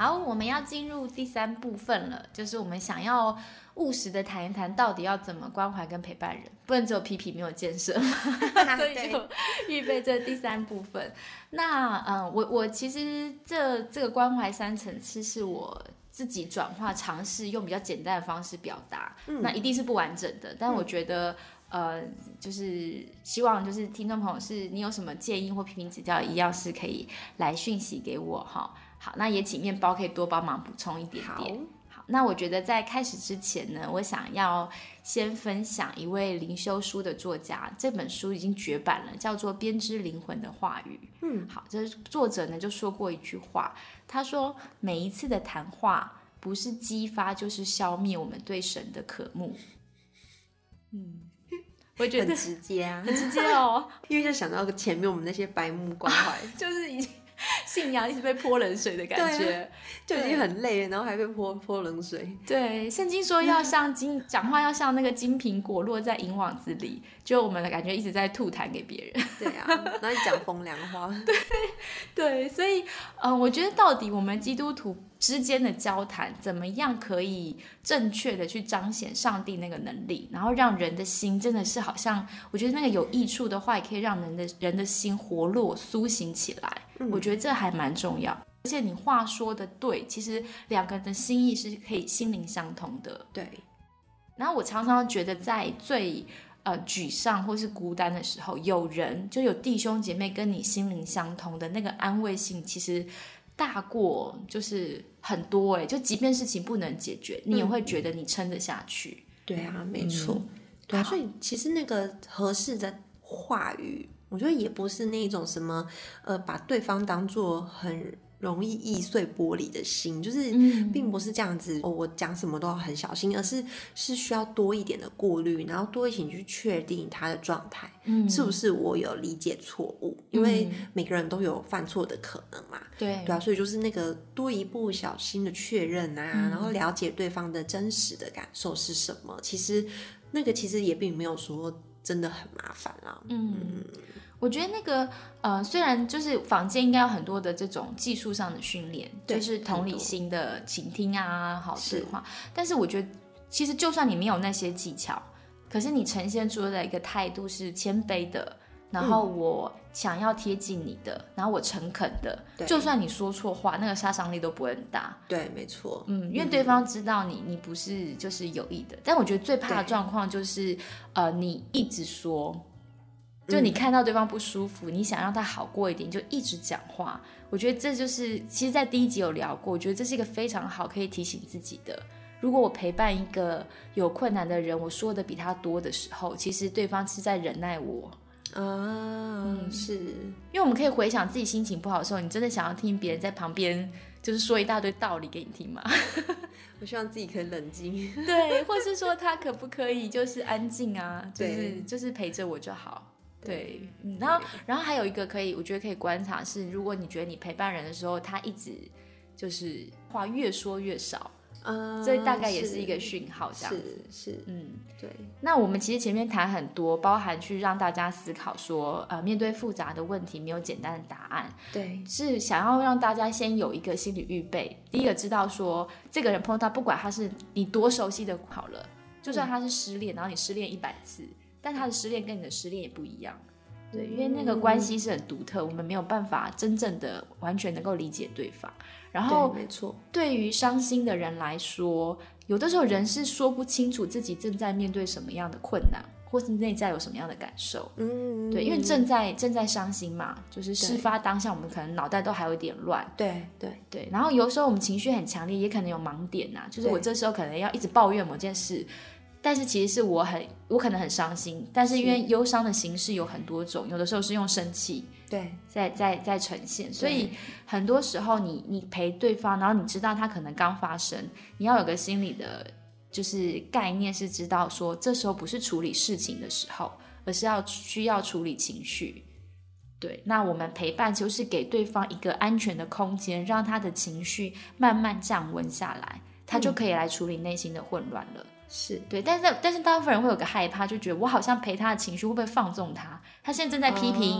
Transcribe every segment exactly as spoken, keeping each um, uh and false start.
好，我们要进入第三部分了，就是我们想要务实的谈一谈到底要怎么关怀跟陪伴人，不能只有皮皮没有建设所以就预备这第三部分。那嗯，我我其实这这个关怀三层次是我自己转化尝试用比较简单的方式表达、嗯、那一定是不完整的，但我觉得、嗯、呃，就是希望就是听众朋友是你有什么建议或批评指教一样是可以来讯息给我哈。好，那也请面包可以多帮忙补充一点点。好，那我觉得在开始之前呢，我想要先分享一位灵修书的作家，这本书已经绝版了，叫做《编织灵魂的话语》。嗯，好，这作者呢就说过一句话，他说每一次的谈话不是激发就是消灭我们对神的渴慕。嗯，我觉得很直接啊， 很直接哦， 因为就想到前面我们那些白目关怀就是已经信仰一直被泼冷水的感觉、啊、 就已经很累了，然后还被泼泼冷水。 对，圣经说要像金讲话要像那个金苹果落在银网子里，就我们的感觉一直在吐痰给别人。 对啊，然后你讲风凉话。 对对，所以嗯，我觉得到底我们基督徒之间的交谈怎么样可以正确的去彰显上帝那个能力，然后让人的心真的是好像我觉得那个有益处的话也可以让人的人的心活络苏醒起来、嗯、我觉得这还蛮重要，而且你话说的对，其实两个人的心意是可以心灵相通的。 对， 然后我常常觉得在最呃沮丧或是孤单的时候，有人就有弟兄姐妹跟你心灵相通的那个安慰性其实大过就是很多耶，就即便事情不能解决、嗯、你也会觉得你撑得下去。 对啊，没错、嗯、对啊，所以其实那个合适的话语我觉得也不是那种什么呃把对方当作很容易易碎玻璃的心，就是并不是这样子、嗯哦、我讲什么都要很小心，而是是需要多一点的过滤，然后多一点去确定他的状态、嗯、是不是我有理解错误，因为每个人都有犯错的可能嘛。 对对啊，所以就是那个多一步小心的确认啊、嗯、然后了解对方的真实的感受是什么，其实那个其实也并没有说真的很麻烦啦。嗯, 嗯我觉得那个呃，虽然就是坊间应该有很多的这种技术上的训练，就是同理心的倾听啊，好对话，但是我觉得其实就算你没有那些技巧，可是你呈现出的一个态度是谦卑的，然后我想要贴近你的、嗯、然后我诚恳的，就算你说错话，那个杀伤力都不会很大。 对，没错。 嗯，因为对方知道你你不是就是有意的，但我觉得最怕的状况就是呃，你一直说，就你看到对方不舒服、嗯、你想让他好过一点就一直讲话，我觉得这就是其实在第一集有聊过，我觉得这是一个非常好可以提醒自己的，如果我陪伴一个有困难的人，我说的比他多的时候，其实对方是在忍耐我啊、嗯，是因为我们可以回想自己心情不好的时候，你真的想要听别人在旁边就是说一大堆道理给你听吗？ 我希望自己可以冷静。 对，或是说他可不可以就是安静啊，就是就是陪着我就好。对，嗯，然后然后还有一个可以我觉得可以观察是，如果你觉得你陪伴人的时候他一直就是话越说越少，嗯，这大概也是一个讯号，这样子。 是是，嗯，对。 那我们其实前面谈很多，包含去让大家思考说，呃，面对复杂的问题没有简单的答案， 对， 是想要让大家先有一个心理预备。第一个知道说，这个人碰到，不管他是你多熟悉的好了，就算他是失恋，嗯、然后你失恋一百次，但他的失恋跟你的失恋也不一样。对，因为那个关系是很独特，我们没有办法真正的完全能够理解对方。然后对，没错， 对于伤心的人来说，有的时候人是说不清楚自己正在面对什么样的困难，或是内在有什么样的感受。嗯，对，因为正在正在伤心嘛，就是事发当下我们可能脑袋都还有点乱。 对对对，然后有时候我们情绪很强烈，也可能有盲点啊，就是我这时候可能要一直抱怨某件事，但是其实是我很我可能很伤心，但是因为忧伤的形式有很多种，有的时候是用生气对在在在呈现，所以很多时候你你陪对方，然后你知道他可能刚发生，你要有个心理的就是概念，是知道说这时候不是处理事情的时候，而是要需要处理情绪。对，那我们陪伴就是给对方一个安全的空间，让他的情绪慢慢降温下来，他就可以来处理内心的混乱了。 是对，但是但是大部分人会有个害怕，就觉得我好像陪他的情绪会不会放纵他？他现在正在批评，哦、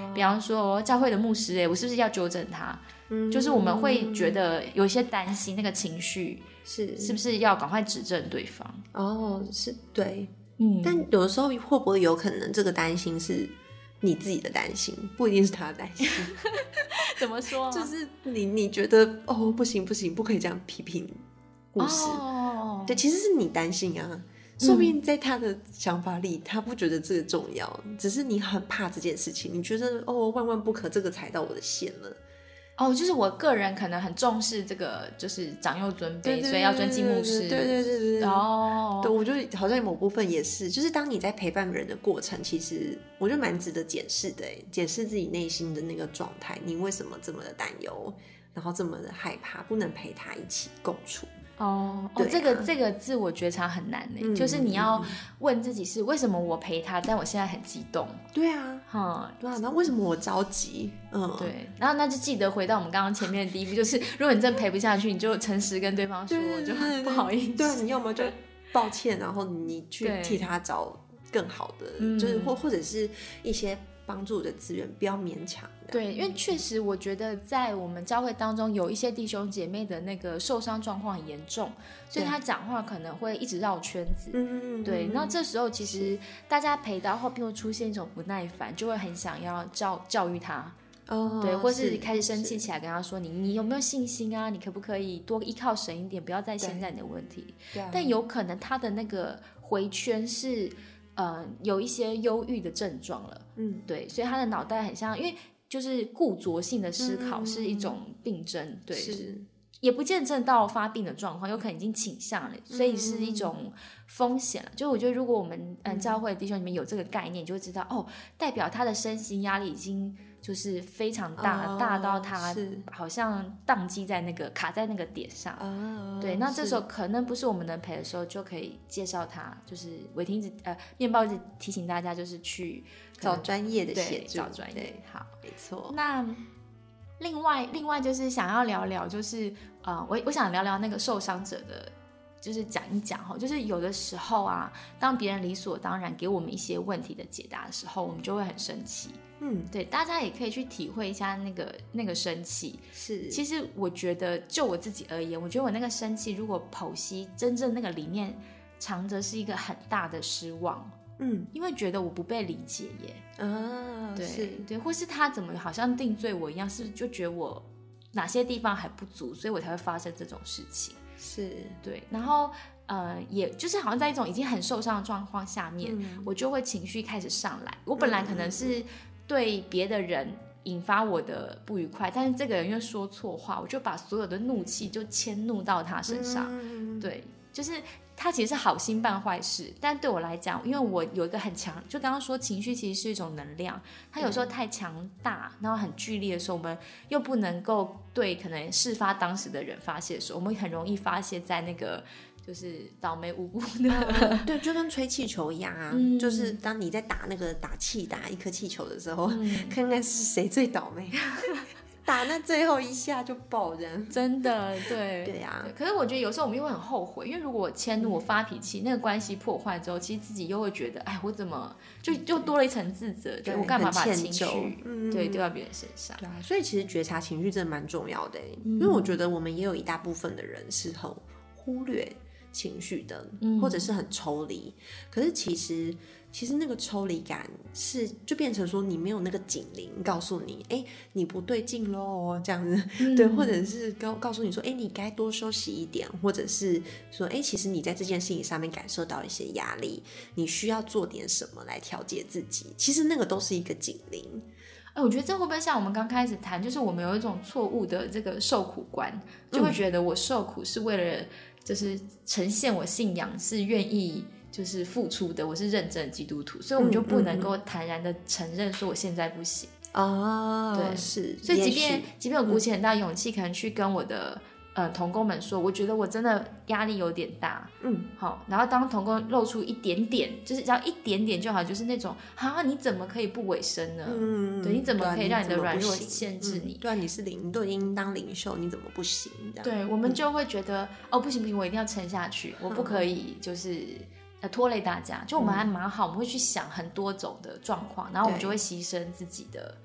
比方说教会的牧师，哎，我是不是要纠正他？嗯，就是我们会觉得有一些担心，那个情绪是是不是要赶快指正对方？ 哦，是对，嗯，但有的时候会不会有可能这个担心是你自己的担心，不一定是他的担心？ 怎么说、啊？ 就是你你觉得哦不行不行，不可以这样批评故事，哦，对，其实是你担心啊。说不定在他的想法里，嗯、他不觉得这个重要，只是你很怕这件事情，你觉得哦万万不可，这个踩到我的线了。 哦，就是我个人可能很重视这个，就是长幼尊卑，所以要尊敬牧师。 对对对对对。 哦， 对，我觉得好像某部分也是，就是当你在陪伴人的过程，其实我觉得蛮值得检视的，检视自己内心的那个状态，你为什么这么的担忧，然后这么的害怕，不能陪他一起共处。 哦哦，这个这个自我觉察很难呢、嗯，就是你要问自己是为什么我陪他，但我现在很激动。 对啊，嗯，对啊，那为什么我着急？嗯， 对，然后那就记得回到我们刚刚前面的第一步，就是如果你真的陪不下去，你就诚实跟对方说，我就不好意思。 对，你要么就抱歉，然后你去替他找更好的，就是或或者是一些帮助的资源，不要勉强。 对，因为确实我觉得在我们教会当中有一些弟兄姐妹的那个受伤状况很严重，所以他讲话可能会一直绕圈子。嗯嗯对，那这时候其实大家陪到后并会出现一种不耐烦，就会很想要教教育他。哦，对，或是开始生气起来跟他说，你你有没有信心啊？你可不可以多依靠神一点，不要再陷在你的问题。对，但有可能他的那个回圈是呃有一些忧郁的症状了。嗯，对，所以他的脑袋很像，因为就是固着性的思考是一种病症。嗯、对，是也不见证到发病的状况，有可能已经倾向了，所以是一种风险了。就我觉得，如果我们嗯教会的弟兄里面有这个概念，就会知道哦，代表他的身心压力已经就是非常大，哦、大到他好像宕机在那个卡在那个点上。哦、对，那这时候可能不是我们能陪的时候，就可以介绍他，就是伟霆一直呃面包一直提醒大家，就是去找专业的协助， 找专业。好， 没错。 那另外另外就是想要聊聊，就是呃，我我想聊聊那个受伤者的。就是讲一讲哈，就是有的时候啊，当别人理所当然给我们一些问题的解答的时候，我们就会很生气。嗯，对，大家也可以去体会一下那个那个生气。是，其实我觉得就我自己而言，我觉得我那个生气，如果剖析真正那个里面藏着是一个很大的失望。嗯，因为觉得我不被理解耶。啊，对是对，或是他怎么好像定罪我一样，是不是就觉得我哪些地方还不足，所以我才会发生这种事情。是对，然后呃，也就是好像在一种已经很受伤的状况下面，嗯、我就会情绪开始上来。我本来可能是对别的人引发我的不愉快，但是这个人因为说错话，我就把所有的怒气就迁怒到他身上。嗯、对，就是他其实是好心办坏事，但对我来讲，因为我有一个很强，就刚刚说情绪其实是一种能量，它有时候太强大，然后很剧烈的时候，我们又不能够对可能事发当时的人发泄的时候，我们很容易发泄在那个就是倒霉无辜的、 呃、对，就跟吹气球一样啊、嗯、就是当你在打那个打气打一颗气球的时候、嗯、看看是谁最倒霉打那最后一下就爆人， 真的对对呀、啊。 可是我觉得有时候我们又会很后悔，因为如果我迁怒、我发脾气，那个关系破坏之后，其实自己又会觉得，哎，我怎么就就多了一层自责，对我干嘛把情绪、嗯、对丢到别人身上？ 对啊，所以其实觉察情绪真的蛮重要的、嗯，因为我觉得我们也有一大部分的人是很忽略情绪的，或者是很抽离、嗯。可是其实。其实那个抽离感是就变成说你没有那个警铃告诉你，哎，你不对劲咯，这样子、嗯、对，或者是告告诉你说，哎，你该多休息一点，或者是说，哎，其实你在这件事情上面感受到一些压力，你需要做点什么来调节自己，其实那个都是一个警铃。 哎，我觉得这会不会像我们刚开始谈，就是我们有一种错误的这个受苦观，就会觉得我受苦是为了就是呈现我信仰是愿意就是付出的，我是认真的基督徒，所以我们就不能够坦然的承认说我现在不行啊、 哦。对， 是， 所以即便即便我鼓起很大勇气、嗯，可能去跟我的呃同工们说，我觉得我真的压力有点大，嗯，好，然后当同工露出一点点，就是只要一点点就好，就是那种啊，你怎么可以不委身呢？嗯，对，你怎么可以让你的软弱限制你？ 嗯、对啊，你是领，你都已经当领袖，你怎么不行？ 对，我们就会觉得、嗯、哦，不行不行，我一定要撑下去，我不可以就是。呃，拖累大家，就我们还蛮好、嗯，我们会去想很多种的状况，然后我们就会牺牲自己的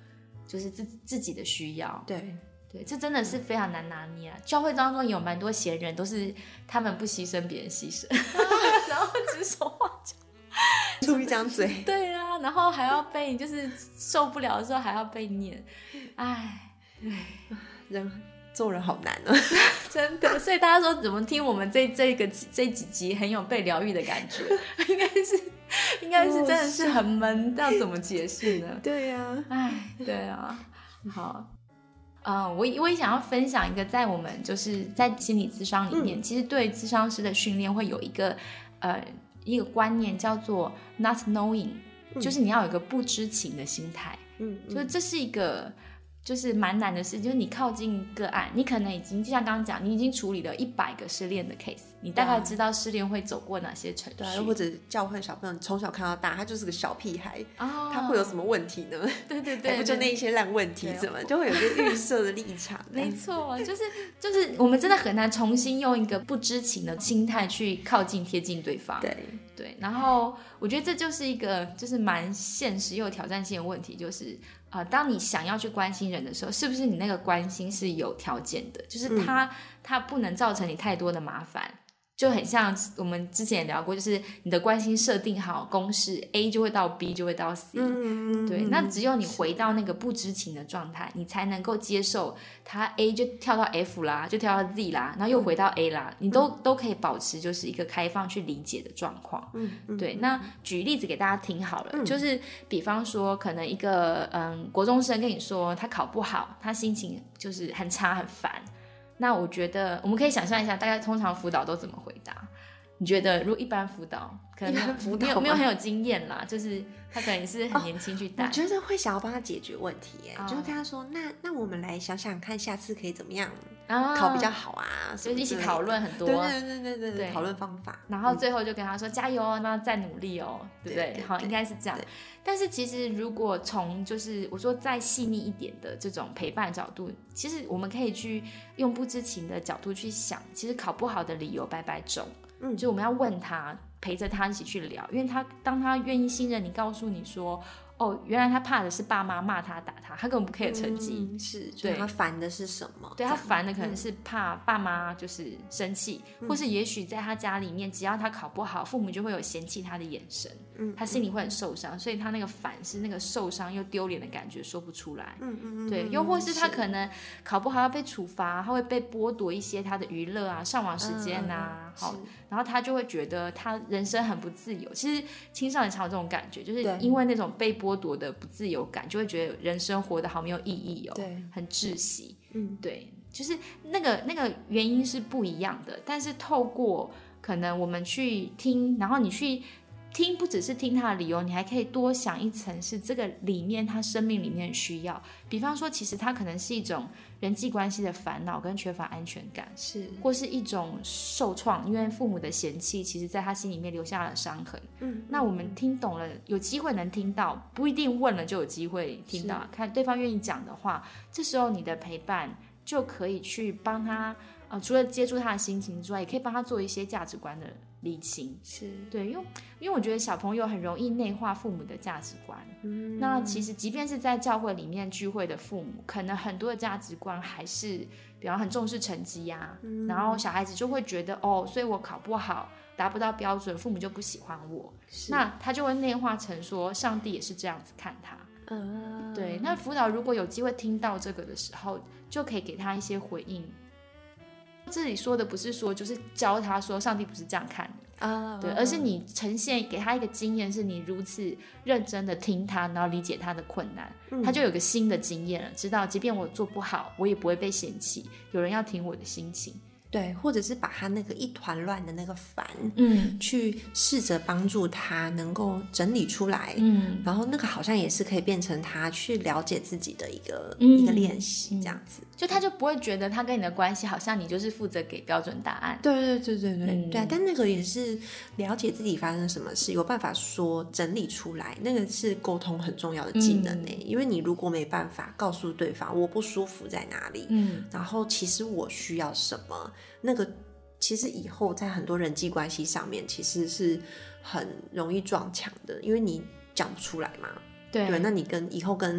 就是自自己的需要。 对对，这真的是非常难拿捏啊。教会当中有蛮多贤人，都是他们不牺牲，别人牺牲，然后指手画脚， 出一张嘴。 对啊，然后还要被，就是受不了的时候还要被念，哎， 人做人好难啊， 真的。所以大家说怎么听我们这这个这几集很有被疗愈的感觉，应该是应该是真的是很闷，要怎么解释呢？ 对呀， 哎，对啊，好。嗯，我我也想要分享一个，在我们就是在心理咨商里面，嗯、其实对咨商师的训练会有一个呃一个观念叫做 not knowing，、嗯、就是你要有一个不知情的心态，嗯，嗯就是这是一个就是蛮难的事，就是你靠近个案，你可能已经就像刚刚讲，你已经处理了一百个失恋的 case， 你大概知道失恋会走过哪些程序， 对，或者教会小朋友从小看到大，他就是个小屁孩，哦、他会有什么问题呢？ 对对对， 还不就那一些烂问题，怎么就会有一个预设的立场？ 没错，就是就是我们真的很难重新用一个不知情的心态去靠近贴近对方。 对对，然后我觉得这就是一个就是蛮现实又有挑战性的问题，就是呃，当你想要去关心人的时候，是不是你那个关心是有条件的？就是他、嗯、他不能造成你太多的麻烦。就很像我们之前也聊过，就是你的关心设定好公式 A 就会到 B 就会到 C，嗯、对，那只有你回到那个不知情的状态，你才能够接受它 A 就跳到 F 啦，就跳到 Z 啦，然后又回到 A 啦，嗯、你都都可以保持就是一个开放去理解的状况。嗯嗯、对，那举例子给大家听好了，嗯、就是比方说可能一个嗯国中生跟你说他考不好，他心情就是很差很烦。那我觉得我们可以想象一下，大概通常辅导都怎么回答？你觉得如果一般辅导可能没有没有很有经验啦，就是他可能也是很年轻去带、哦、 我觉得会想要帮他解决问题耶、哦、就是跟他说那那我们来想想看下次可以怎么样、哦、考比较好啊， 就是一起讨论很多， 对对对对 对, 对讨论方法， 然后最后就跟他说、嗯、加油哦，那再努力哦，对不 对, 对, 对, 对好，应该是这样。但是其实如果从就是我说再细腻一点的这种陪伴角度，其实我们可以去用不知情的角度去想，其实考不好的理由百百种，嗯，就我们要问他，陪着他一起去聊，因为他当他愿意信任你，告诉你说哦，原来他怕的是爸妈骂他打他，他根本不 care 成绩、 嗯、是，对，他烦的是什么？ 对，他烦的可能是怕爸妈就是生气、嗯、或是也许在他家里面只要他考不好，父母就会有嫌弃他的眼神，嗯，他心里会很受伤、嗯、所以他那个烦是那个受伤又丢脸的感觉说不出来，嗯嗯对，又或是他可能考不好要被处罚，他会被剥夺一些他的娱乐啊上网时间啊、嗯、好，然后他就会觉得他人生很不自由。其实青少年常有这种感觉，就是因为那种被剥夺的不自由感，就会觉得人生活得好没有意义哦，对，很窒息。嗯，对，就是那个那个原因是不一样的，但是透过可能我们去听，然后你去听，不只是听他的理由，你还可以多想一层，是这个里面他生命里面需要。比方说，其实他可能是一种人际关系的烦恼跟缺乏安全感，是，或是一种受创，因为父母的嫌弃，其实在他心里面留下了伤痕。嗯，那我们听懂了，有机会能听到，不一定问了就有机会听到，看对方愿意讲的话，这时候你的陪伴就可以去帮他，呃，除了接触他的心情之外，也可以帮他做一些价值观的理清。是，对，因为因为我觉得小朋友很容易内化父母的价值观。嗯，那其实即便是在教会里面聚会的父母，可能很多的价值观还是比方很重视成绩啊、嗯、然后小孩子就会觉得哦，所以我考不好达不到标准，父母就不喜欢我，那他就会内化成说上帝也是这样子看他。嗯，对，那辅导如果有机会听到这个的时候，就可以给他一些回应。这里说的不是说就是教他说上帝不是这样看你啊，对，而是你呈现给他一个经验，是你如此认真的听他，然后理解他的困难、嗯、他就有个新的经验了，知道即便我做不好，我也不会被嫌弃，有人要听我的心情。 对，或者是把他那个一团乱的那个烦，嗯，去试着帮助他能够整理出来，嗯，然后那个好像也是可以变成他去了解自己的一个、嗯、一个练习，这样子， 就他就不会觉得他跟你的关系好像你就是负责给标准答案。 对对对对对、嗯、对啊，但那个也是了解自己发生什么事，有办法说整理出来，那个是沟通很重要的技能耶、嗯、因为你如果没办法告诉对方我不舒服在哪里，嗯，然后其实我需要什么，那个其实以后在很多人际关系上面其实是很容易撞墙的，因为你讲不出来嘛。 对, 对，那你跟以后跟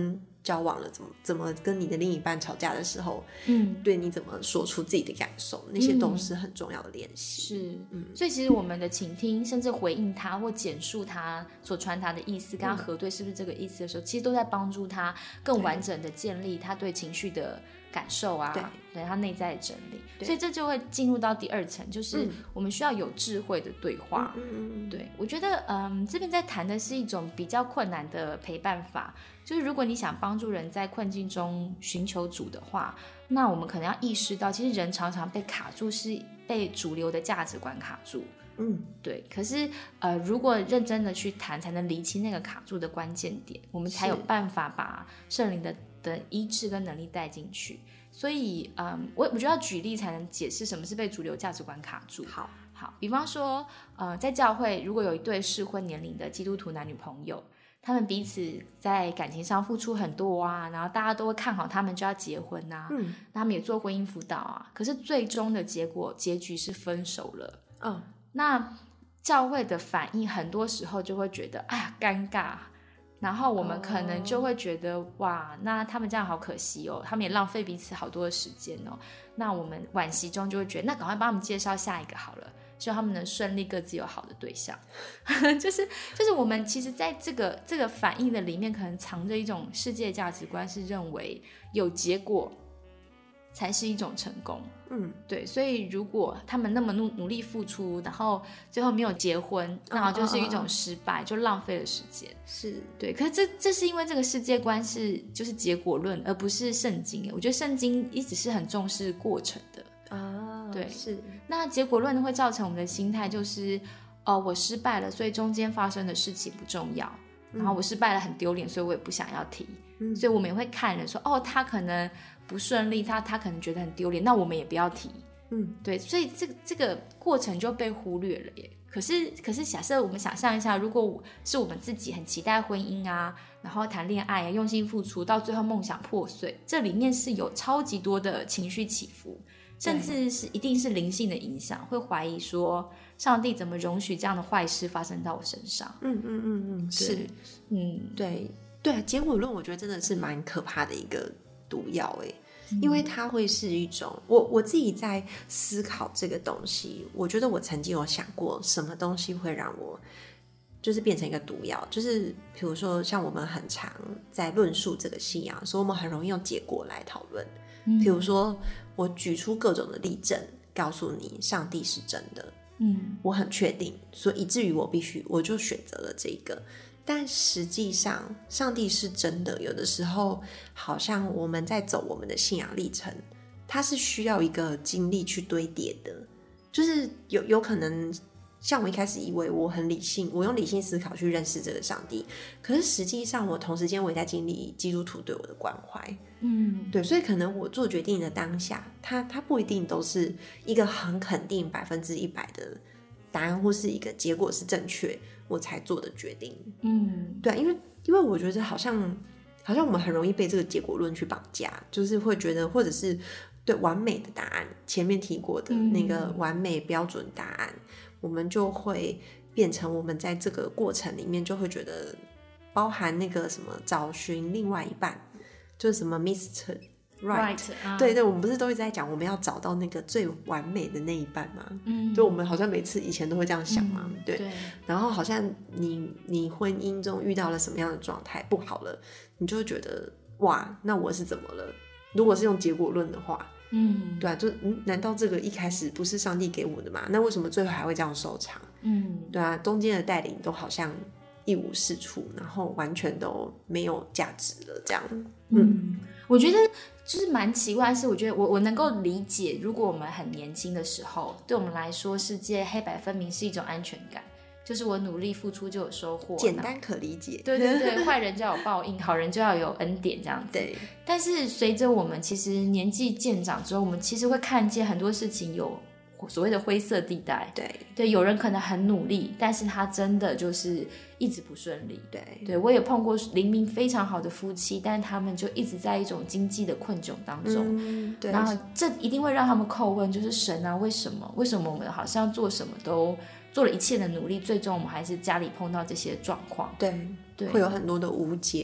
交往了，怎么怎么跟你的另一半吵架的时候， 嗯， 对你怎么说出自己的感受，那些都是很重要的练习。 是，嗯，所以其实我们的倾听，甚至回应他或简述他所传达的意思，跟他核对是不是这个意思的时候，其实都在帮助他更完整的建立他对情绪的感受啊，对，对他内在的整理。所以这就会进入到第二层，就是我们需要有智慧的对话。嗯嗯嗯，对，我觉得，嗯，这边在谈的是一种比较困难的陪伴法。就是如果你想帮助人在困境中寻求主的话，那我们可能要意识到，其实人常常被卡住是被主流的价值观卡住。嗯，对。可是呃，如果认真的去谈，才能厘清那个卡住的关键点，我们才有办法把圣灵的的医治跟能力带进去。所以嗯，我我觉得要举例才能解释什么是被主流价值观卡住。 好， 好，比方说呃，在教会如果有一对适婚年龄的基督徒男女朋友，他们彼此在感情上付出很多啊，然后大家都会看好他们就要结婚啊，嗯，他们也做婚姻辅导啊，可是最终的结果结局是分手了。嗯，那教会的反应很多时候就会觉得哎呀尴尬，然后我们可能就会觉得、哦、哇，那他们这样好可惜哦，他们也浪费彼此好多的时间哦，那我们惋惜中就会觉得那赶快帮他们介绍下一个好了，希望他们能顺利各自有好的对象就是就是我们其实在这个这个反应的里面可能藏着一种世界价值观，是认为有结果才是一种成功。嗯，对，所以如果他们那么努努力付出，然后最后没有结婚，那就是一种失败，就浪费了时间。 是， 对，可是这这是因为这个世界观是就是结果论，而不是圣经。我觉得圣经一直是很重视过程的啊，对， 是。那结果论会造成我们的心态就是，哦，我失败了，所以中间发生的事情不重要，嗯、然后我失败了很丢脸，所以我也不想要提。嗯、所以我们也会看人说，哦，他可能不顺利，他他可能觉得很丢脸，那我们也不要提。嗯，对，所以这个这个过程就被忽略了耶。可是可是假设我们想象一下，如果是我们自己很期待婚姻啊，然后谈恋爱啊，用心付出，到最后梦想破碎，这里面是有超级多的情绪起伏，甚至是一定是灵性的影响，会怀疑说上帝怎么容许这样的坏事发生到我身上。 嗯嗯嗯嗯，是，嗯，对对啊，结果论我觉得真的是蛮可怕的一个毒药哎。因为它会是一种，我我自己在思考这个东西，我觉得我曾经有想过什么东西会让我就是变成一个毒药，就是比如说像我们很常在论述这个信仰，所以我们很容易用结果来讨论。嗯，比如说我举出各种的例证，告诉你上帝是真的，嗯，我很确定，所以以至于我必须我就选择了这个。但实际上上帝是真的，有的时候好像我们在走我们的信仰历程，它是需要一个经历去堆叠的，就是有有可能像我一开始以为我很理性，我用理性思考去认识这个上帝，可是实际上我同时间我也在经历基督徒对我的关怀。嗯，对，所以可能我做决定的当下，它它不一定都是一个很肯定百分之一百的答案，或是一个结果是正确我才做的决定。嗯，对，因为因为我觉得好像好像我们很容易被这个结果论去绑架，就是会觉得或者是对完美的答案，前面提过的那个完美标准答案，嗯、我们就会变成我们在这个过程里面就会觉得包含那个什么找寻另外一半，就是什么 mister Right，, right、uh. 对对，我们不是都一直在讲我们要找到那个最完美的那一半吗？嗯，就我们好像每次以前都会这样想嘛，嗯、对, 对。然后好像你你婚姻中遇到了什么样的状态不好了，你就会觉得哇，那我是怎么了？如果是用结果论的话，嗯，对啊，就嗯，难道这个一开始不是上帝给我的吗？那为什么最后还会这样收场？嗯，对啊，中间的带领都好像一无是处，然后完全都没有价值了，这样。嗯， 嗯我觉得。就是蛮奇怪的是，我觉得我我能够理解，如果我们很年轻的时候，对我们来说，世界黑白分明是一种安全感，就是我努力付出就有收获， 简单可理解。 对对对，坏人就要有报应，好人就要有恩典这样子。 对。 但是随着我们其实年纪渐长之后，我们其实会看见很多事情有所谓的灰色地带。 对对，有人可能很努力，但是他真的就是一直不顺利。 对对，我也碰过灵命非常好的夫妻，但他们就一直在一种经济的困窘当中。 嗯、对， 然后这一定会让他们叩问，就是神啊，为什么？为什么我们好像做什么都做了一切的努力，最终我们还是家里碰到这些状况？ 对对，会有很多的无解。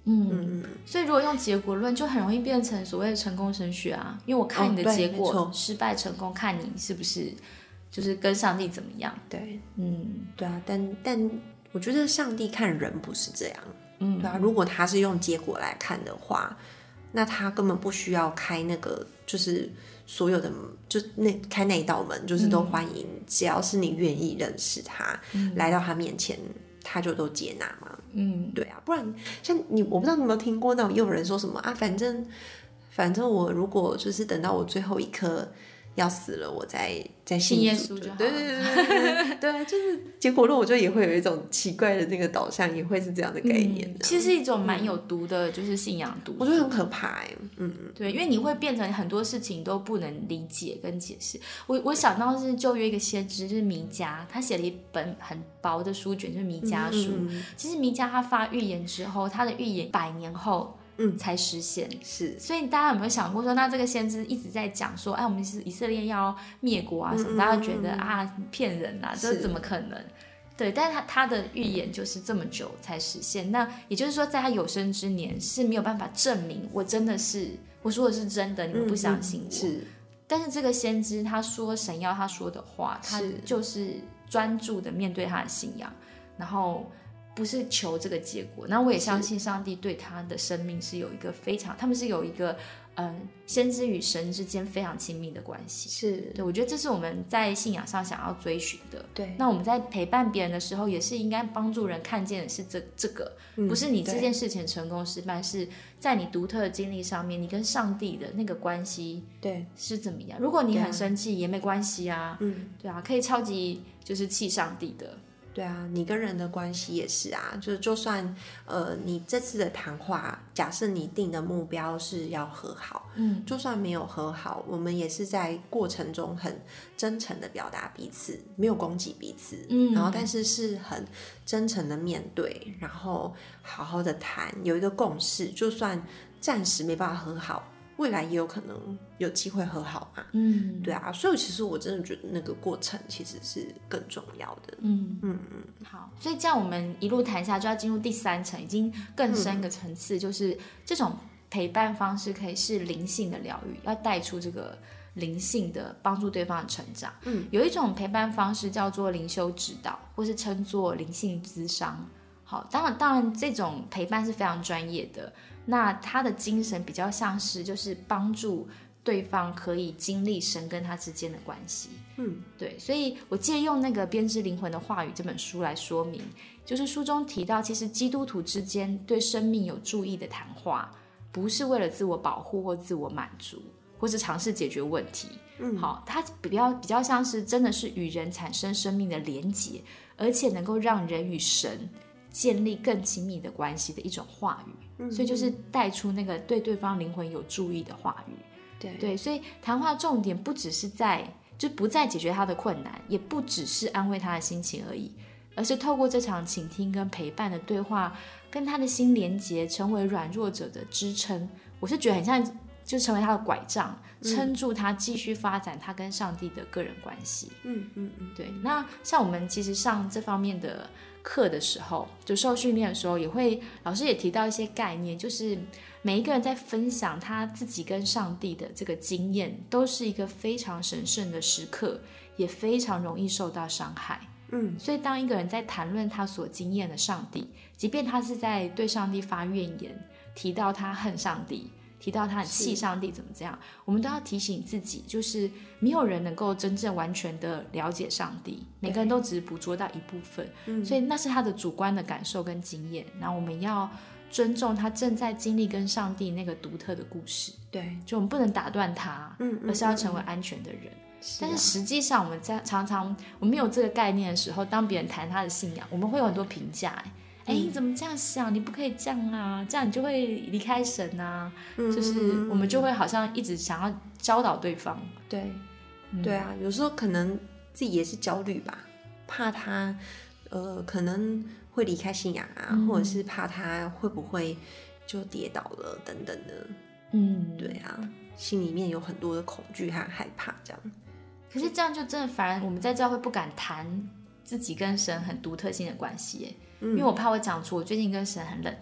嗯，所以如果用结果论，就很容易变成所谓的成功神学啊，因为我看你的结果， 哦、 失败成功，看你是不是就是跟上帝怎么样。 对， 嗯， 对啊，但但我觉得上帝看人不是这样， 嗯， 对啊，如果他是用结果来看的话，那他根本不需要开那个，就是所有的，就那开那一道门，就是都欢迎，嗯、只要是你愿意认识他，嗯、来到他面前，他就都接纳嘛。嗯，对啊，不然像你，我不知道你有没有听过那种，也有人说什么啊，反正反正我如果就是等到我最后一刻要死了，我再再信耶稣就好了。 对对对对对，对啊，就是结果论，我觉得也会有一种奇怪的那个导向，也会是这样的概念。 嗯、其实是一种蛮有毒的，嗯、就是信仰毒。 我觉得很可怕哎、欸。嗯， 对，因为你会变成很多事情都不能理解跟解释。我我想到是旧约一个先知，就是弥迦，他写了一本很薄的书卷，就是弥迦书。嗯嗯、其实弥迦他发预言之后，他的预言百年后。嗯，才实现。是，所以大家有没有想过说，那这个先知一直在讲说，哎，我们是以色列要灭国啊什么，嗯、大家觉得啊骗人啊，这怎么可能？对，但是他他的预言就是这么久才实现，那也就是说，在他有生之年是没有办法证明我真的是我说的是真的，你们不相信我。嗯、是，但是这个先知他说神要他说的话，他就是专注的面对他的信仰，然后。不是求这个结果，那我也相信上帝对他的生命是有一个非常，他们是有一个嗯，先知与神之间非常亲密的关系。是，对，我觉得这是我们在信仰上想要追寻的。对，那我们在陪伴别人的时候，也是应该帮助人看见的是这这个，嗯、不是你这件事情成功失败，是在你独特的经历上面，你跟上帝的那个关系，对，是怎么样？如果你很生气、啊、也没关系啊，嗯，对啊，可以超级就是气上帝的。 对啊，你跟人的关系也是啊，就就算呃，你这次的谈话，假设你定的目标是要和好，嗯，就算没有和好，我们也是在过程中很真诚的表达彼此，没有攻击彼此，嗯，然后但是是很真诚的面对，然后好好的谈，有一个共识，就算暂时没办法和好。未来也有可能有机会和好嘛，嗯，对啊，所以其实我真的觉得那个过程其实是更重要的，嗯嗯嗯。好，所以这样我们一路谈下就要进入第三层，已经更深一个层次，嗯、就是这种陪伴方式可以是灵性的疗愈，要带出这个灵性的帮助对方的成长。嗯，有一种陪伴方式叫做灵修指导，或是称作灵性諮商。好，当然当然这种陪伴是非常专业的。那他的精神比较像是就是帮助对方可以经历神跟他之间的关系，嗯，对，所以我借用那个编织灵魂的话语这本书来说明，就是书中提到，其实基督徒之间对生命有注意的谈话，不是为了自我保护或自我满足，或是尝试解决问题，嗯，好，它比较比较像是真的是与人产生生命的连结，而且能够让人与神建立更亲密的关系的一种话语。所以就是带出那个对对方灵魂有注意的话语，对对，所以谈话重点不只是在就不再解决他的困难，也不只是安慰他的心情而已，而是透过这场倾听跟陪伴的对话，跟他的心连结，成为软弱者的支撑。我是觉得很像就成为他的拐杖，撑住他继续发展他跟上帝的个人关系。嗯嗯嗯，对。那像我们其实上这方面的课的时候，就受训练的时候，也会老师也提到一些概念，就是每一个人在分享他自己跟上帝的这个经验，都是一个非常神圣的时刻，也非常容易受到伤害。嗯，所以当一个人在谈论他所经验的上帝，即便他是在对上帝发怨言，提到他恨上帝，提到他很气上帝怎么这样，我们都要提醒自己，就是没有人能够真正完全的了解上帝，每个人都只捕捉到一部分，嗯，所以那是他的主观的感受跟经验，然后我们要尊重他正在经历跟上帝那个独特的故事，对，就我们不能打断他，嗯，而是要成为安全的人。嗯嗯是啊，但是实际上我们在常常我们没有这个概念的时候，当别人谈他的信仰，我们会有很多评价，哎，你怎么这样想？你不可以这样啊，这样你就会离开神啊。嗯，就是我们就会好像一直想要教导对方。对， 嗯、对啊，有时候可能自己也是焦虑吧，怕他呃可能会离开信仰啊，嗯、或者是怕他会不会就跌倒了等等的。嗯，对啊，心里面有很多的恐惧和害怕这样。 可是这样就真的反而我们在教会不敢谈自己跟神很独特性的关系耶。因为我怕我讲出我最近跟神很冷淡，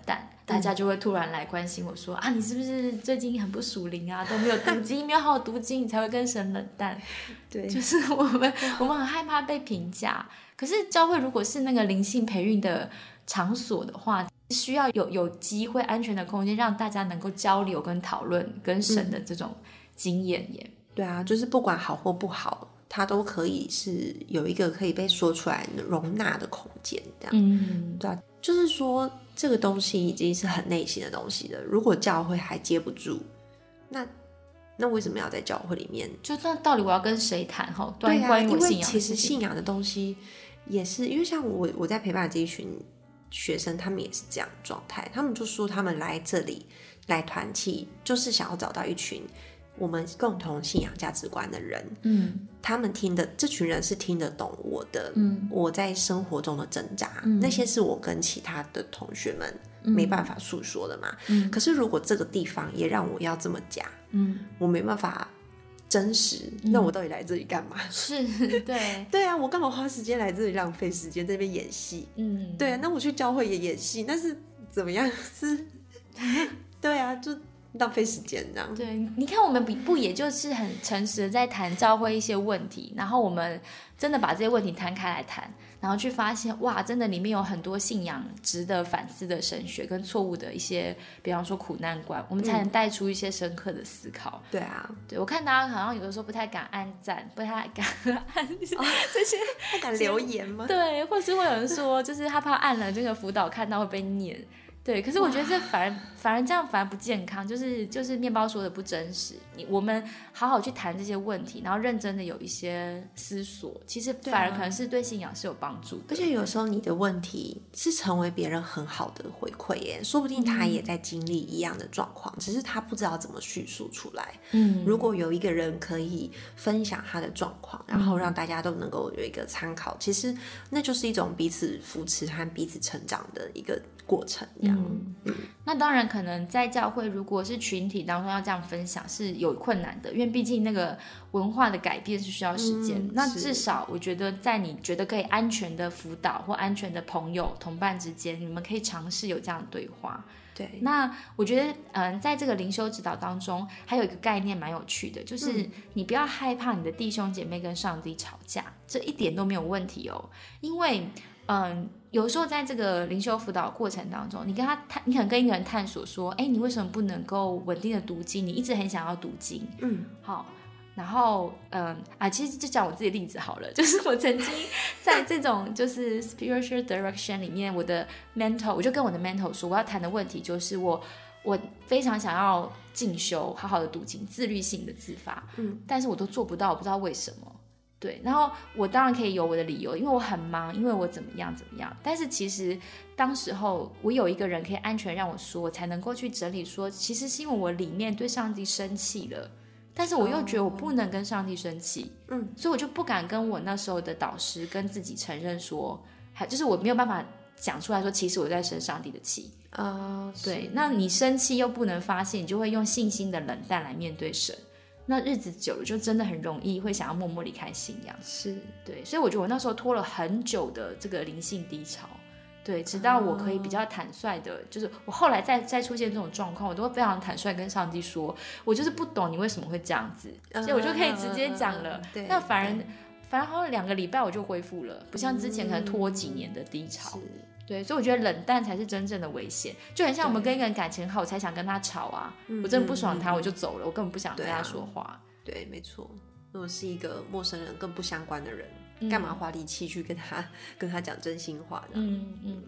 大家就会突然来关心我说、嗯、啊，你是不是最近很不属灵啊，都没有读经，没有好好读经，你才会跟神冷淡。 对， 就是我们我们很害怕被评价。可是教会如果是那个灵性培育的场所的话，需要有有机会安全的空间，让大家能够交流跟讨论跟神的这种经验耶、嗯、 对啊，就是不管好或不好，它都可以是有一个可以被说出来容纳的空间这样。 嗯， 对啊，就是说这个东西已经是很内心的东西了，如果教会还接不住，那那为什么要在教会里面？ 就那到底我要跟谁谈哈？ 对啊， 关于我信仰的事情， 因为其实信仰的东西也是，因为像我我在陪伴这一群学生，他们也是这样的状态，他们就说他们来这里来团契，就是想要找到一群我们共同信仰价值观的人。 嗯， 他们听的这群人是听得懂我的，嗯，我在生活中的挣扎、嗯、那些是我跟其他的同学们没办法诉说的嘛。嗯，可是如果这个地方也让我要这么假，嗯，我没办法真实、嗯、那我到底来这里干嘛？ 是，对对啊，我干嘛花时间来这里浪费时间在那边演戏？嗯，对啊，那我去教会也演戏，那是怎么样？是，对啊，就浪费时间这样。 对，你看我们不也就是很诚实的在谈教会一些问题，然后我们真的把这些问题摊开来谈，然后去发现哇，真的里面有很多信仰值得反思的神学跟错误的一些，比方说苦难观，我们才能带出一些深刻的思考。 嗯、对啊， 对，我看大家好像有的时候不太敢按赞，不太敢按、哦、这些， 不敢留言吗？ 对，或是会有人说，就是他怕按了这个辅导看到会被念。对，可是我觉得这反而反而这样反而不健康，就是就是面包说的不真实。你我们好好去谈这些问题，然后认真的有一些思索，其实反而可能是对信仰是有帮助的。 而且有时候你的问题是成为别人很好的回馈耶，说不定他也在经历一样的状况、嗯，只是他不知道怎么叙述出来。嗯，如果有一个人可以分享他的状况，然后让大家都能够有一个参考，其实那就是一种彼此扶持和彼此成长的一个过程。 嗯嗯、那当然可能在教会如果是群体当中要这样分享是有困难的，因为毕竟那个文化的改变是需要时间、嗯、那至少我觉得在你觉得可以安全的辅导或安全的朋友同伴之间，你们可以尝试有这样的对话。 对， 那我觉得嗯，在这个灵修指导当中还有一个概念蛮有趣的，就是你不要害怕你的弟兄姐妹跟上帝吵架，这一点都没有问题哦。因为嗯，有时候在这个灵修辅导过程当中，你跟他探，你可能跟一个人探索说，哎，你为什么不能够稳定的读经？你一直很想要读经，嗯，好，然后嗯啊，其实就讲我自己的例子好了，就是我曾经在这种就是 spiritual direction 里面，我的 mentor， 我就跟我的 mentor 说，我要谈的问题就是我我非常想要进修，好好的读经，自律性的自发，嗯，但是我都做不到，我不知道为什么。对，然后我当然可以有我的理由，因为我很忙，因为我怎么样怎么样。但是其实当时候我有一个人可以安全让我说，我才能够去整理说，其实是因为我里面对上帝生气了，但是我又觉得我不能跟上帝生气，嗯、哦，所以我就不敢跟我那时候的导师跟自己承认说，还就是我没有办法讲出来说，其实我在生上帝的气啊、呃。对，那你生气又不能发泄，你就会用信心的冷淡来面对神。那日子久了就真的很容易会想要默默离开信仰， 是对，所以我觉得我那时候拖了很久的这个灵性低潮，对，直到我可以比较坦率的，就是我后来再再出现这种状况，我都会非常坦率跟上帝说，我就是不懂你为什么会这样子，所以我就可以直接讲了。对，那反而反而好像两个礼拜我就恢复了，不像之前可能拖几年的低潮。嗯，对，所以我觉得冷淡才是真正的危险，就很像我们跟一个人感情好，我才想跟他吵啊，我真的不爽他我就走了，我根本不想跟他说话。 对，对，没错。如果是一个陌生人更不相关的人，嗯、干嘛花力气去跟他跟他讲真心话的？嗯嗯。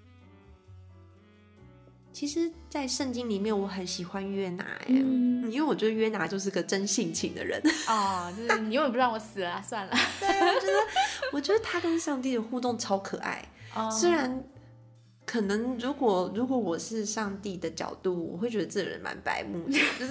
其实，在圣经里面，我很喜欢约拿哎、嗯，因为我觉得约拿就是个真性情的人哦，就是你永远不让我死了、啊，算了。 对，我觉得，我觉得他跟上帝的互动超可爱。哦、虽然可能如果如果我是上帝的角度，我会觉得这人蛮白目的，就是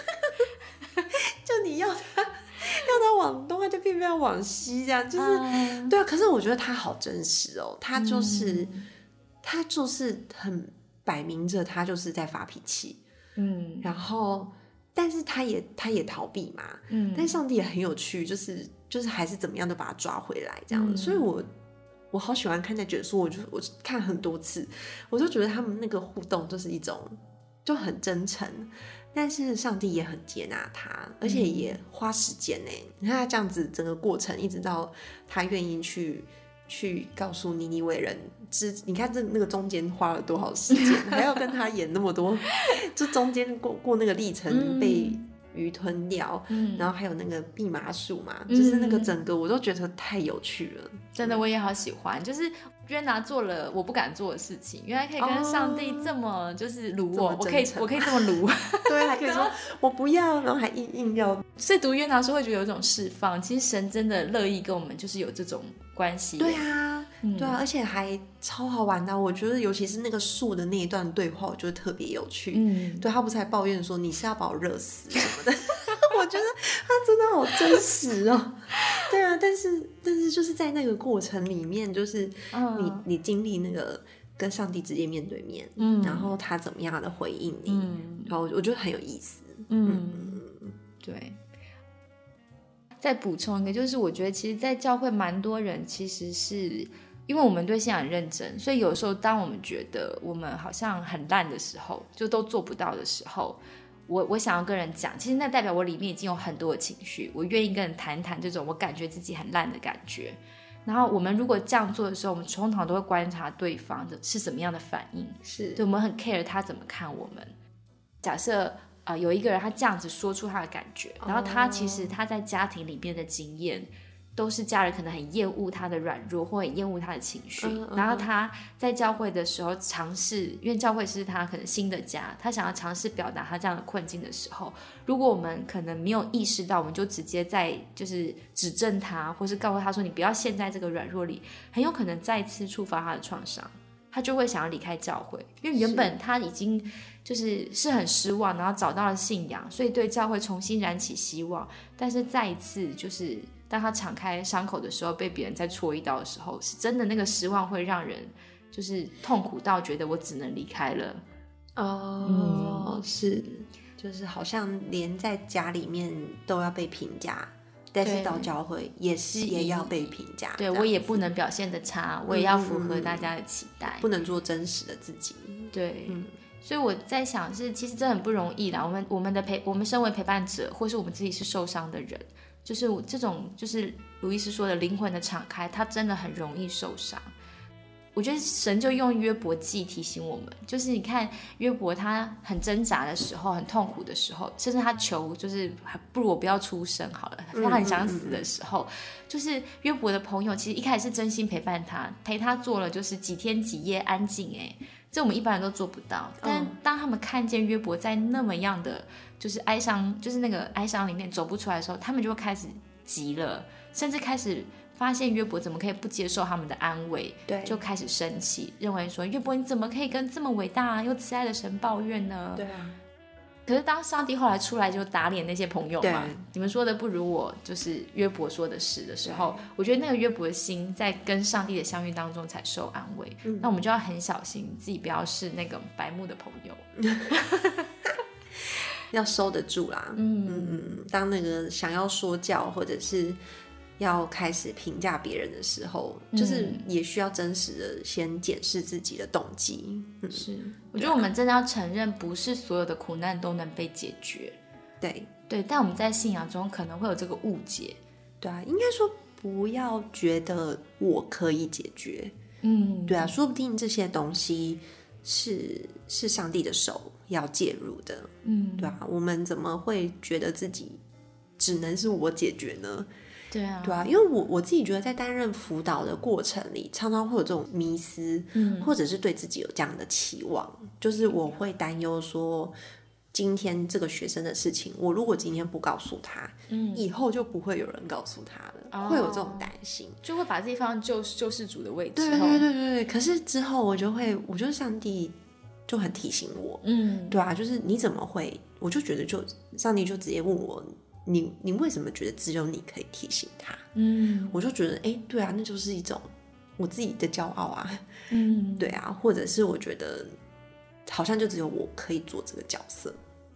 就你要他要他往东，他就偏偏要往西，这样就是、嗯、对啊。可是我觉得他好真实哦，他就是、嗯、他就是很。摆明着他就是在发脾气，嗯，然后但是他也他也逃避嘛，嗯，但上帝也很有趣，就是就是还是怎么样都把他抓回来这样、嗯、所以我我好喜欢看那卷书，我就我看很多次，我就觉得他们那个互动就是一种就很真诚，但是上帝也很接纳他，而且也花时间呢、嗯。你看他这样子整个过程，一直到他愿意去去告诉尼尼微人，你看这那个中间花了多少时间，还要跟他演那么多，就中间过过那个历程被。嗯鱼吞掉、嗯、然后还有那个蓖麻树嘛、嗯、就是那个整个我都觉得太有趣了， 真的我也好喜欢，就是约拿做了我不敢做的事情，原来可以跟上帝这么就是撸我、哦、我可以我可以这么撸对，还可以说我不要，然后还硬硬要， 所以读约拿书会觉得有一种释放，其实神真的乐意跟我们就是有这种关系。 对啊、嗯、对啊，而且还超好玩的，我觉得尤其是那个树的那一段对话我觉得特别有趣。嗯，对，他不是还抱怨说你是要把我热死什么的我觉得他真的好真实哦对啊，但是但是就是在那个过程里面，就是你、嗯、你经历那个跟上帝直接面对面、嗯、然后他怎么样的回应你、嗯、然后我觉得很有意思。 嗯, 嗯对。再补充一个，就是我觉得其实在教会蛮多人其实是因为我们对信仰认真，所以有时候当我们觉得我们好像很烂的时候，就都做不到的时候，我我想要跟人讲，其实那代表我里面已经有很多的情绪，我愿意跟人谈谈这种我感觉自己很烂的感觉。然后我们如果这样做的时候，我们通常都会观察对方的是什么样的反应， 是对我们很 care 他怎么看我们。假设呃，有一个人他这样子说出他的感觉，然后他其实他在家庭里面的经验都是家人可能很厌恶他的软弱或很厌恶他的情绪、嗯、然后他在教会的时候尝试，因为教会是他可能新的家，他想要尝试表达他这样的困境的时候，如果我们可能没有意识到，我们就直接在就是指正他，或是告诉他说你不要陷在这个软弱里，很有可能再次触发他的创伤，他就会想要离开教会，因为原本他已经就是是很失望，然后找到了信仰，所以对教会重新燃起希望，但是再一次就是当他敞开伤口的时候，被别人再戳一刀的时候，是真的那个失望会让人就是痛苦到觉得我只能离开了。 哦、嗯，是，就是好像连在家里面都要被评价，但是到教会也是也要被评价， 对，我也不能表现得差，我也要符合大家的期待、 嗯、不能做真实的自己。 对、嗯，所以我在想是其实这很不容易啦，我们我们的陪我们身为陪伴者，或是我们自己是受伤的人，就是这种就是卢医师说的灵魂的敞开，它真的很容易受伤。我觉得神就用约伯记提醒我们，就是你看约伯他很挣扎的时候，很痛苦的时候，甚至他求就是不如我不要出生好了，他很想死的时候、嗯嗯嗯、就是约伯的朋友其实一开始是真心陪伴他，陪他做了就是几天几夜安静，哎，这我们一般人都做不到。但当他们看见约伯在那么样的就是哀伤，就是那个哀伤里面走不出来的时候，他们就会开始急了，甚至开始发现约伯怎么可以不接受他们的安慰， 对， 就开始生气，认为说约伯你怎么可以跟这么伟大又慈爱的神抱怨呢？ 对啊。 可是当上帝后来出来就打脸那些朋友嘛，你们说的不如我就是约伯说的是的时候，我觉得那个约伯的心在跟上帝的相遇当中才受安慰、嗯、那我们就要很小心自己不要是那个白目的朋友要收得住啦。嗯嗯，当那个想要说教或者是要开始评价别人的时候、嗯、就是也需要真实的先检视自己的动机、嗯、 是，我觉得我们真的要承认不是所有的苦难都能被解决。 对对，但我们在信仰中可能会有这个误解。 对啊，应该说不要觉得我可以解决。嗯，对啊，说不定这些东西是是上帝的手要介入的。嗯，对啊，我们怎么会觉得自己只能是我解决呢？ 对啊， 对啊，因为我我自己觉得在担任辅导的过程里，常常会有这种迷思，嗯，或者是对自己有这样的期望，就是我会担忧说，今天这个学生的事情，我如果今天不告诉他，嗯，以后就不会有人告诉他了，哦、会有这种担心， 就会把自己放在救救世主的位置。 对对对对对，可是之后我就会，我觉得上帝就很提醒我，嗯，对啊，就是你怎么会，我就觉得就上帝就直接问我。你你为什么觉得只有你可以提醒他？嗯，我就觉得哎、欸，对啊，那就是一种我自己的骄傲啊，嗯，对啊，或者是我觉得好像就只有我可以做这个角色。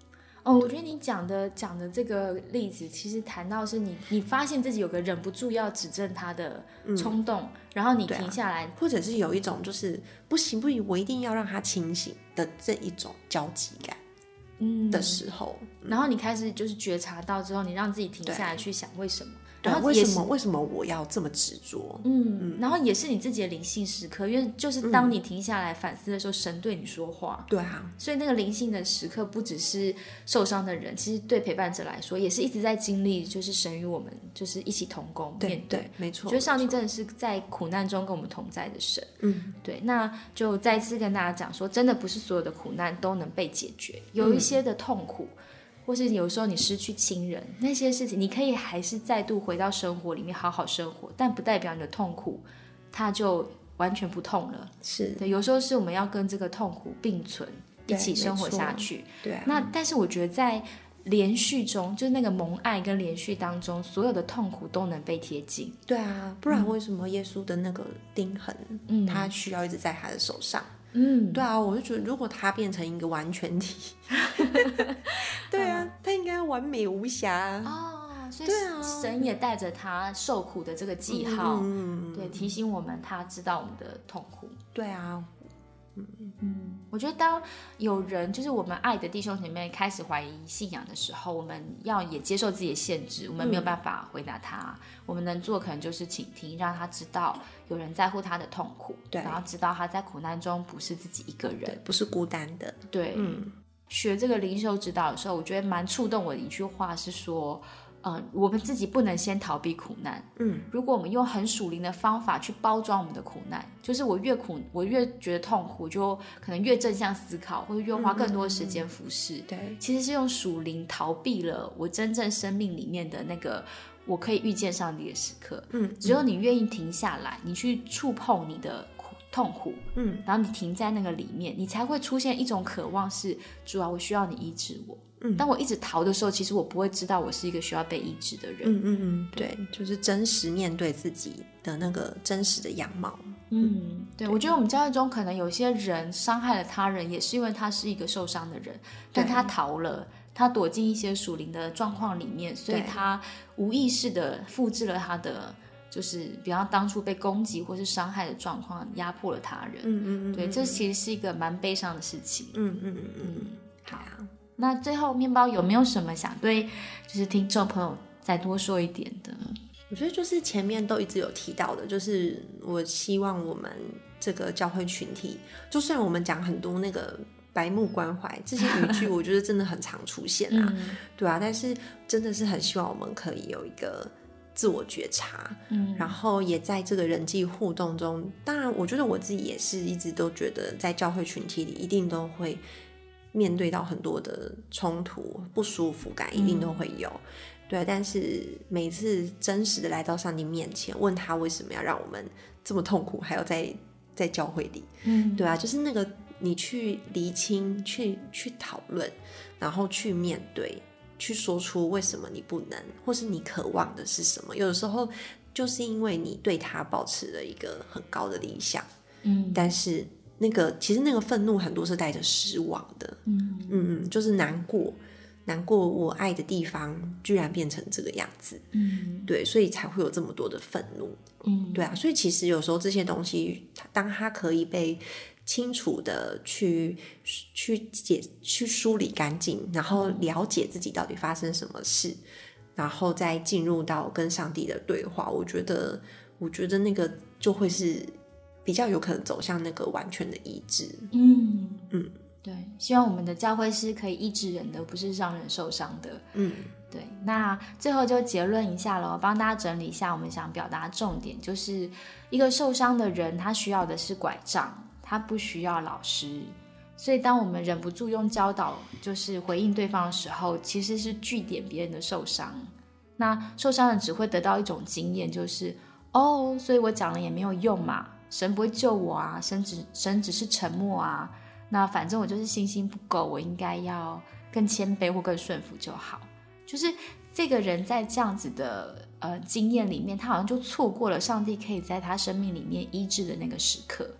哦，我觉得你讲的讲的这个例子，其实谈到是你你发现自己有个忍不住要指正他的冲动，嗯、然后你停下来、 啊，或者是有一种就是不行不行，我一定要让他清醒的这一种焦急感。嗯的时候、 嗯，然后你开始就是觉察到之后，你让自己停下来去想为什么， 然后为什么为什么我要这么执着？ 嗯嗯，然后也是你自己的灵性时刻，因为就是当你停下来反思的时候，嗯、神对你说话。 对啊， 所以那个灵性的时刻，不只是受伤的人，其实对陪伴者来说，也是一直在经历，就是神与我们就是一起同工面对。 对，没错。 我觉得上帝真的是在苦难中跟我们同在的神。嗯，对。那就再次跟大家讲说，真的不是所有的苦难都能被解决，有一些的痛苦。嗯，或是有时候你失去亲人，那些事情你可以还是再度回到生活里面好好生活，但不代表你的痛苦它就完全不痛了。 是对，有时候是我们要跟这个痛苦并存，一起生活下去。 对啊。 那但是我觉得在连续中，就是那个蒙爱跟连续当中，所有的痛苦都能被贴近。 对啊，不然为什么耶稣的那个钉痕，嗯，他需要一直在他的手上？嗯，对啊，我就觉得如果他变成一个完全体，对啊，他应该完美无瑕哦，所以神也带着他受苦的这个记号，嗯、对，提醒我们他知道我们的痛苦。 对啊， 嗯嗯，我觉得当有人就是我们爱的弟兄姐妹开始怀疑信仰的时候，我们要也接受自己的限制，我们没有办法回答他，嗯、我们能做可能就是倾听，让他知道有人在乎他的痛苦，对，然后知道他在苦难中不是自己一个人， 对，不是孤单的。 对，嗯，学这个灵修指导的时候，我觉得蛮触动我的一句话是说，呃，我们自己不能先逃避苦难。嗯，如果我们用很属灵的方法去包装我们的苦难，就是我越苦，我越觉得痛苦，就可能越正向思考，或者越花更多的时间服侍。嗯、对，其实是用属灵逃避了我真正生命里面的那个我可以遇见上帝的时刻。嗯，只有你愿意停下来，你去触碰你的苦痛苦，嗯，然后你停在那个里面，你才会出现一种渴望是，主啊，我需要你医治我。嗯，当我一直逃的时候，其实我不会知道我是一个需要被医治的人。 嗯嗯嗯，对，就是真实面对自己的那个真实的样貌。 嗯，对，我觉得我们教会中可能有些人伤害了他人，也是因为他是一个受伤的人，但他逃了，他躲进一些属灵的状况里面，所以他无意识的复制了他的，就是比方当初被攻击或是伤害的状况，压迫了他人。嗯嗯嗯，对，这其实是一个蛮悲伤的事情。嗯嗯嗯嗯，好。那最后面包有没有什么想对就是听众朋友再多说一点的？ 我觉得就是前面都一直有提到的，就是我希望我们这个教会群体，就算我们讲很多那个白目关怀这些语句，我觉得真的很常出现啊，嗯、对啊，但是真的是很希望我们可以有一个自我觉察，嗯，然后也在这个人际互动中，当然我觉得我自己也是一直都觉得在教会群体里一定都会面对到很多的冲突不舒服感，一定都会有、嗯、对，但是每次真实的来到上帝面前，问他为什么要让我们这么痛苦，还要在在教会里，嗯，对啊，就是那个你去厘清，去去讨论，然后去面对，去说出为什么你不能，或是你渴望的是什么。有的时候就是因为你对他保持了一个很高的理想，嗯，但是那个其实那个愤怒很多是带着失望的，嗯嗯，就是难过，难过我爱的地方居然变成这个样子，嗯，对，所以才会有这么多的愤怒，嗯，对啊，所以其实有时候这些东西，当它可以被清楚的去去解去梳理干净，然后了解自己到底发生什么事，然后再进入到跟上帝的对话，我觉得我觉得那个就会是比较有可能走向那个完全的医治。嗯嗯，对，希望我们的教会是可以医治人的，不是让人受伤的。嗯，对。那最后就结论一下咯，帮大家整理一下我们想表达的重点，就是一个受伤的人他需要的是拐杖，他不需要老师。所以当我们忍不住用教导就是回应对方的时候，其实是据点别人的受伤。那受伤人只会得到一种经验，就是哦，所以我讲了也没有用嘛，神不会救我啊，神只神只是沉默啊，那反正我就是信心不够，我应该要更谦卑或更顺服就好。就是这个人在这样子的呃经验里面，他好像就错过了上帝可以在他生命里面医治的那个时刻。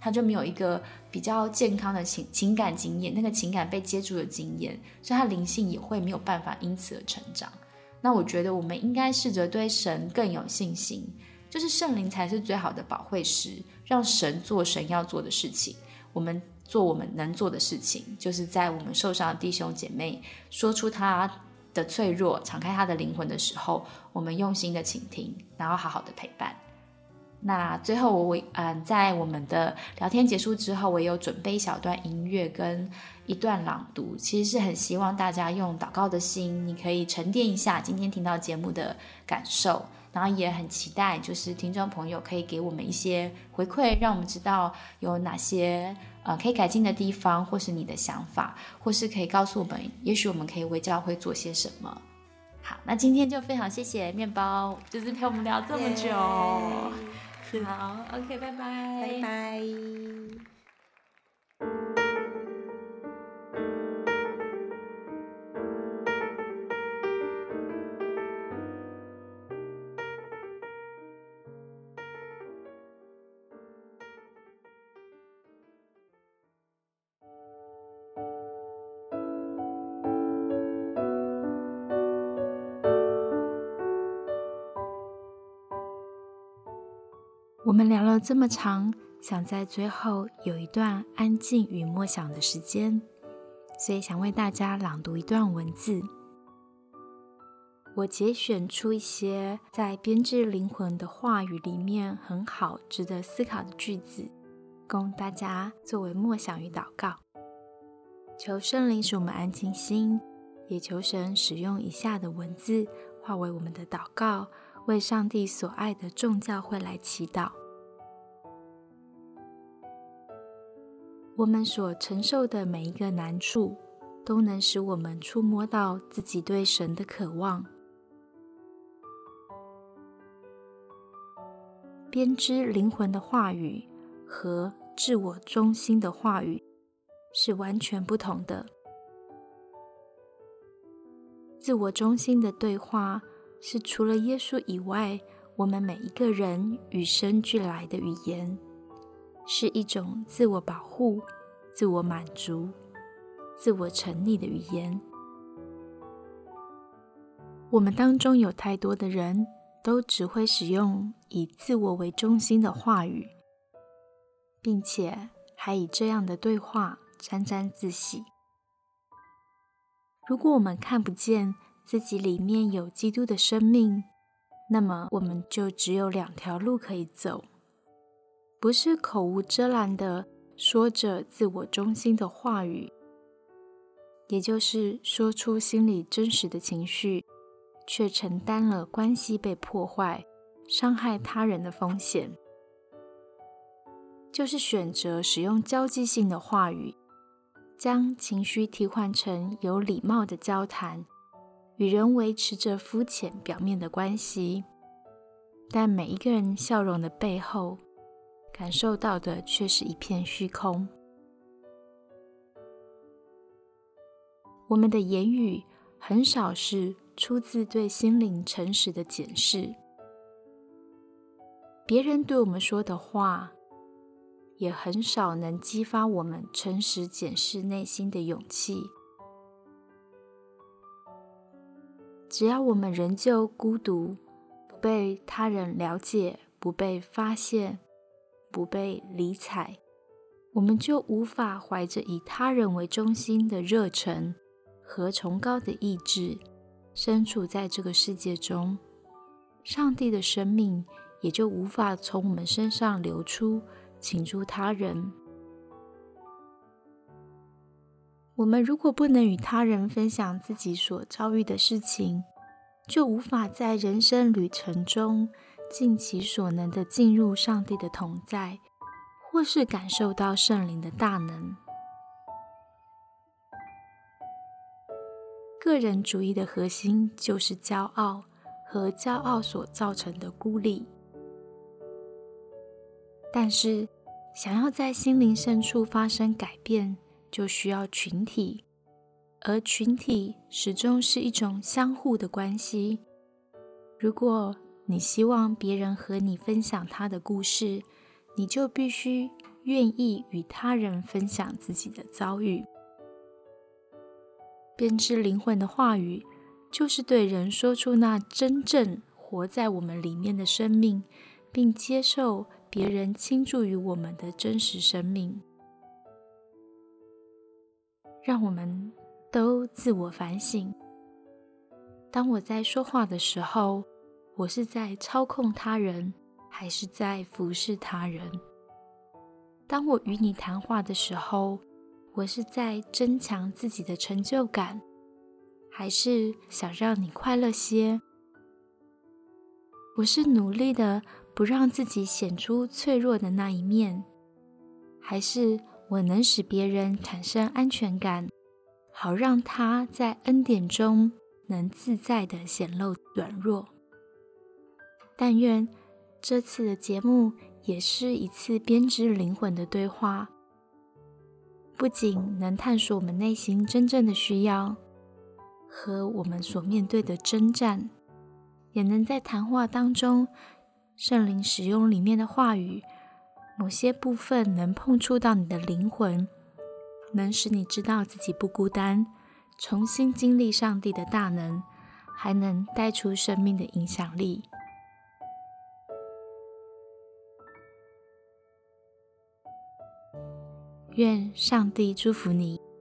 他就没有一个比较健康的情情感经验，那个情感被接住的经验，所以他灵性也会没有办法因此而成长。那我觉得我们应该试着对神更有信心，就是圣灵才是最好的保惠师，让神做神要做的事情，我们做我们能做的事情，就是在我们受伤的弟兄姐妹说出他的脆弱，敞开他的灵魂的时候，我们用心的倾听，然后好好的陪伴。那最后我嗯，在我们的聊天结束之后，我也有准备一小段音乐跟一段朗读，其实是很希望大家用祷告的心，你可以沉淀一下今天听到节目的感受，然后也很期待就是听众朋友可以给我们一些回馈，让我们知道有哪些呃可以改进的地方，或是你的想法，或是可以告诉我们也许我们可以为教会做些什么。好，那今天就非常谢谢面包，就是陪我们聊这么久。Yeah. 好 OK 拜拜拜拜。 我们聊了这么长，想在最后有一段安静与默想的时间，所以想为大家朗读一段文字。我节选出一些在编织灵魂的话语里面很好值得思考的句子，供大家作为默想与祷告。求圣灵使我们安静心，也求神使用以下的文字化为我们的祷告，为上帝所爱的众教会来祈祷。我们所承受的每一个难处，都能使我们触摸到自己对神的渴望。编织灵魂的话语和自我中心的话语是完全不同的。自我中心的对话是除了耶稣以外，我们每一个人与生俱来的语言，是一种自我保护、自我满足、自我成立的语言。我们当中有太多的人都只会使用以自我为中心的话语，并且还以这样的对话沾沾自喜。如果我们看不见自己里面有基督的生命，那么我们就只有两条路可以走，不是口无遮拦的说着自我中心的话语，也就是说出心里真实的情绪，却承担了关系被破坏、伤害他人的风险，就是选择使用交际性的话语，将情绪替换成有礼貌的交谈，与人维持着肤浅表面的关系，但每一个人笑容的背后，感受到的却是一片虚空。我们的言语很少是出自对心灵诚实的检视，别人对我们说的话，也很少能激发我们诚实检视内心的勇气。只要我们仍旧孤独，不被他人了解，不被发现，不被理睬，我们就无法怀着以他人为中心的热忱和崇高的意志身处在这个世界中，上帝的生命也就无法从我们身上流出，倾注他人。我们如果不能与他人分享自己所遭遇的事情，就无法在人生旅程中尽其所能地进入上帝的同在，或是感受到圣灵的大能。个人主义的核心就是骄傲和骄傲所造成的孤立。但是，想要在心灵深处发生改变，就需要群体，而群体始终是一种相互的关系。如果你希望别人和你分享他的故事，你就必须愿意与他人分享自己的遭遇。编织灵魂的话语，就是对人说出那真正活在我们里面的生命，并接受别人倾注于我们的真实生命。让我们都自我反省，当我在说话的时候，我是在操控他人，还是在服侍他人？当我与你谈话的时候，我是在增强自己的成就感，还是想让你快乐些？我是努力的不让自己显出脆弱的那一面，还是我能使别人产生安全感，好让他在恩典中能自在地显露软弱？但愿这次的节目也是一次编织灵魂的对话，不仅能探索我们内心真正的需要和我们所面对的征战，也能在谈话当中，圣灵使用里面的话语，某些部分能碰触到你的灵魂，能使你知道自己不孤单，重新经历上帝的大能，还能带出生命的影响力。愿上帝祝福你。